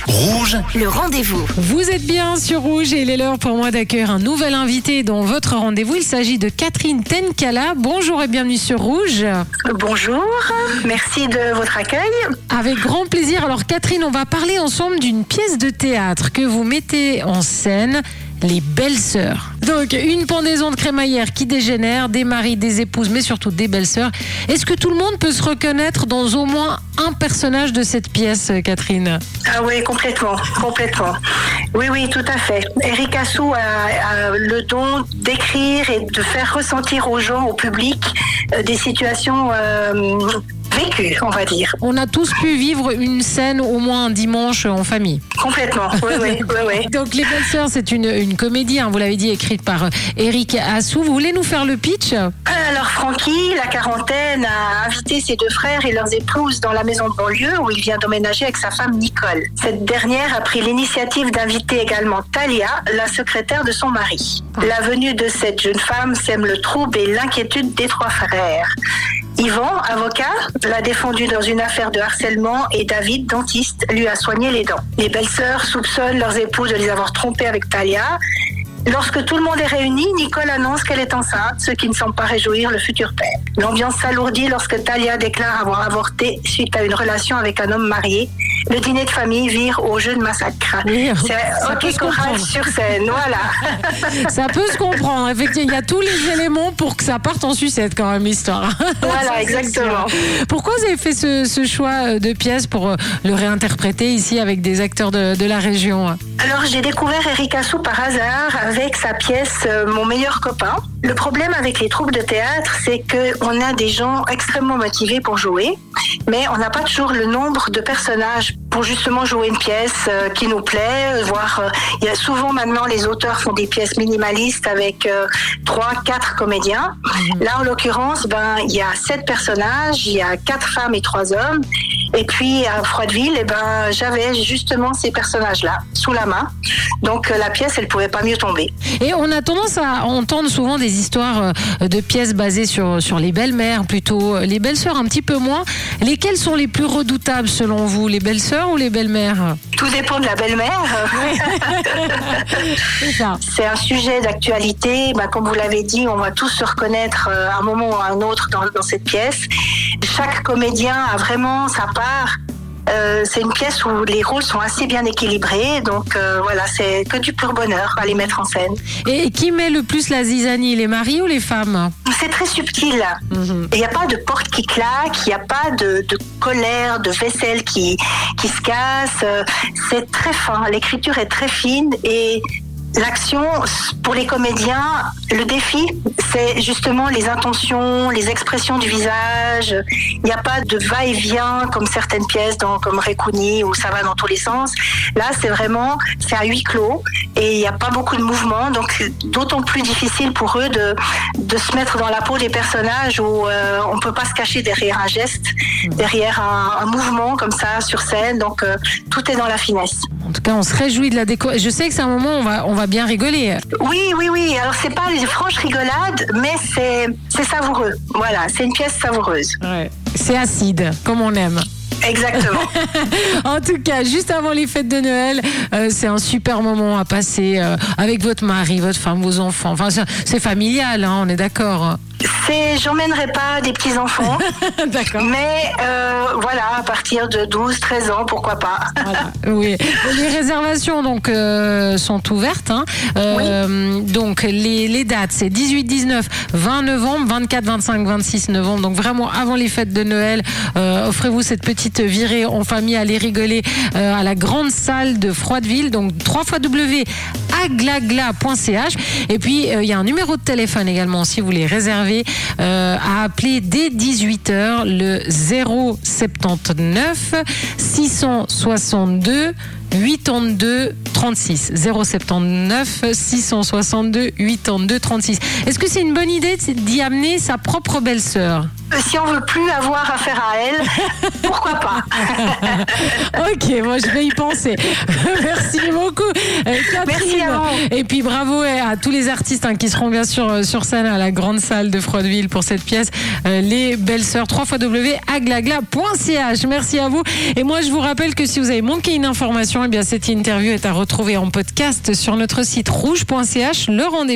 Rouge, le rendez-vous. Vous êtes bien sur Rouge et il est l'heure pour moi d'accueillir un nouvel invité dans votre rendez-vous. Il s'agit de Catherine Tenkala. Bonjour et bienvenue sur Rouge. Bonjour, merci de votre accueil. Avec grand plaisir. Alors Catherine, on va parler ensemble d'une pièce de théâtre que vous mettez en scène, Les Belles-Sœurs. Donc une pendaison de crémaillère qui dégénère, des maris, des épouses, mais surtout des belles-sœurs. Est-ce que tout le monde peut se reconnaître dans au moins un personnage de cette pièce, Catherine ? Ah oui, complètement. Oui, tout à fait. Eric Assou a le don d'écrire et de faire ressentir aux gens, au public, des situations vécues, on va dire. On a tous pu vivre une scène au moins un dimanche en famille. Complètement, oui. Donc Les Belles-Sœurs, c'est une comédie, vous l'avez dit, écrite par Eric Assou. Vous voulez nous faire le pitch ? Alors Francky, la quarantaine, a invité ses deux frères et leurs épouses dans la maison de banlieue où il vient d'emménager avec sa femme Nicole. Cette dernière a pris l'initiative d'inviter également Talia, la secrétaire de son mari. La venue de cette jeune femme sème le trouble et l'inquiétude des trois frères. Yvan, avocat, l'a défendu dans une affaire de harcèlement et David, dentiste, lui a soigné les dents. Les belles-sœurs soupçonnent leurs époux de les avoir trompés avec Talia. Lorsque tout le monde est réuni, Nicole annonce qu'elle est enceinte, ce qui ne semble pas réjouir le futur père. L'ambiance s'alourdit lorsque Talia déclare avoir avorté suite à une relation avec un homme marié. Le dîner de famille vire au jeu de massacre. Oui, c'est OK courage sur scène, voilà. Ça peut se comprendre, effectivement. Il y a tous les éléments pour que ça parte en sucette quand même, l'histoire. Voilà, exactement. Pourquoi vous avez fait ce choix de pièce pour le réinterpréter ici avec des acteurs de la région ? Alors, j'ai découvert Eric Assou par hasard avec sa pièce Mon meilleur copain. Le problème avec les troupes de théâtre, c'est qu'on a des gens extrêmement motivés pour jouer, mais on n'a pas toujours le nombre de personnages pour justement jouer une pièce qui nous plaît. Il y a souvent maintenant, les auteurs font des pièces minimalistes avec 3-4 comédiens. Là, en l'occurrence, il y a 7 personnages, il y a 4 femmes et 3 hommes. Et puis à Froideville, j'avais justement ces personnages-là sous la main. Donc la pièce, elle pouvait pas mieux tomber. Et on a tendance à entendre souvent des histoires de pièces basées sur les belles-mères plutôt, les belles-sœurs un petit peu moins. Lesquelles sont les plus redoutables selon vous, les belles-sœurs ou les belles-mères ? Tout dépend de la belle-mère. C'est ça. C'est un sujet d'actualité. Comme vous l'avez dit, on va tous se reconnaître à un moment ou à un autre dans cette pièce. Chaque comédien a vraiment sa part. C'est une pièce où les rôles sont assez bien équilibrés, donc voilà, c'est que du pur bonheur à les mettre en scène. Et qui met le plus la zizanie, les maris ou les femmes ? C'est très subtil. Il n'y a pas de porte qui claque, il n'y a pas de colère, de vaisselle qui se casse. C'est très fin, l'écriture est très fine et l'action, pour les comédiens, le défi, c'est justement les intentions, les expressions du visage. Il n'y a pas de va-et-vient comme certaines pièces, comme Récouni, où ça va dans tous les sens. Là, c'est à huis clos et il n'y a pas beaucoup de mouvement. Donc, d'autant plus difficile pour eux de se mettre dans la peau des personnages où on ne peut pas se cacher derrière un geste, derrière un mouvement comme ça sur scène. Donc, tout est dans la finesse. En tout cas, on se réjouit de la déco. Je sais que c'est un moment où on va bien rigoler. Oui. Alors, c'est pas les franches rigolades, mais c'est savoureux. Voilà, c'est une pièce savoureuse. Ouais. C'est acide, comme on aime. Exactement. En tout cas, juste avant les fêtes de Noël, c'est un super moment à passer avec votre mari, votre femme, vos enfants. Enfin, c'est familial, on est d'accord. J'emmènerai pas des petits-enfants. D'accord. Mais voilà, à partir de 12-13 ans, pourquoi pas. Voilà, oui. Les réservations donc sont ouvertes. Oui. Donc les dates, c'est 18, 19, 20 novembre, 24, 25, 26 novembre. Donc vraiment avant les fêtes de Noël, offrez-vous cette petite virée en famille, allez rigoler à la grande salle de Froideville. Donc www.aglagla.ch. Et puis il y a un numéro de téléphone également si vous voulez réserver. À appeler dès 18h le 079 662 82 36 079 662 82 36. Est-ce que c'est une bonne idée d'y amener sa propre belle-sœur ? Si on veut plus avoir affaire à elle, pourquoi pas? Ok, moi je vais y penser. Merci beaucoup, Catherine. Merci à vous. Et puis bravo à tous les artistes qui seront bien sûr sur scène à la grande salle de Froideville pour cette pièce, Les Belles-Sœurs, www.aglagla.ch. Merci à vous. Et moi je vous rappelle que si vous avez manqué une information Eh bien, cette interview est à retrouver en podcast sur notre site rouge.ch. Le rendez-vous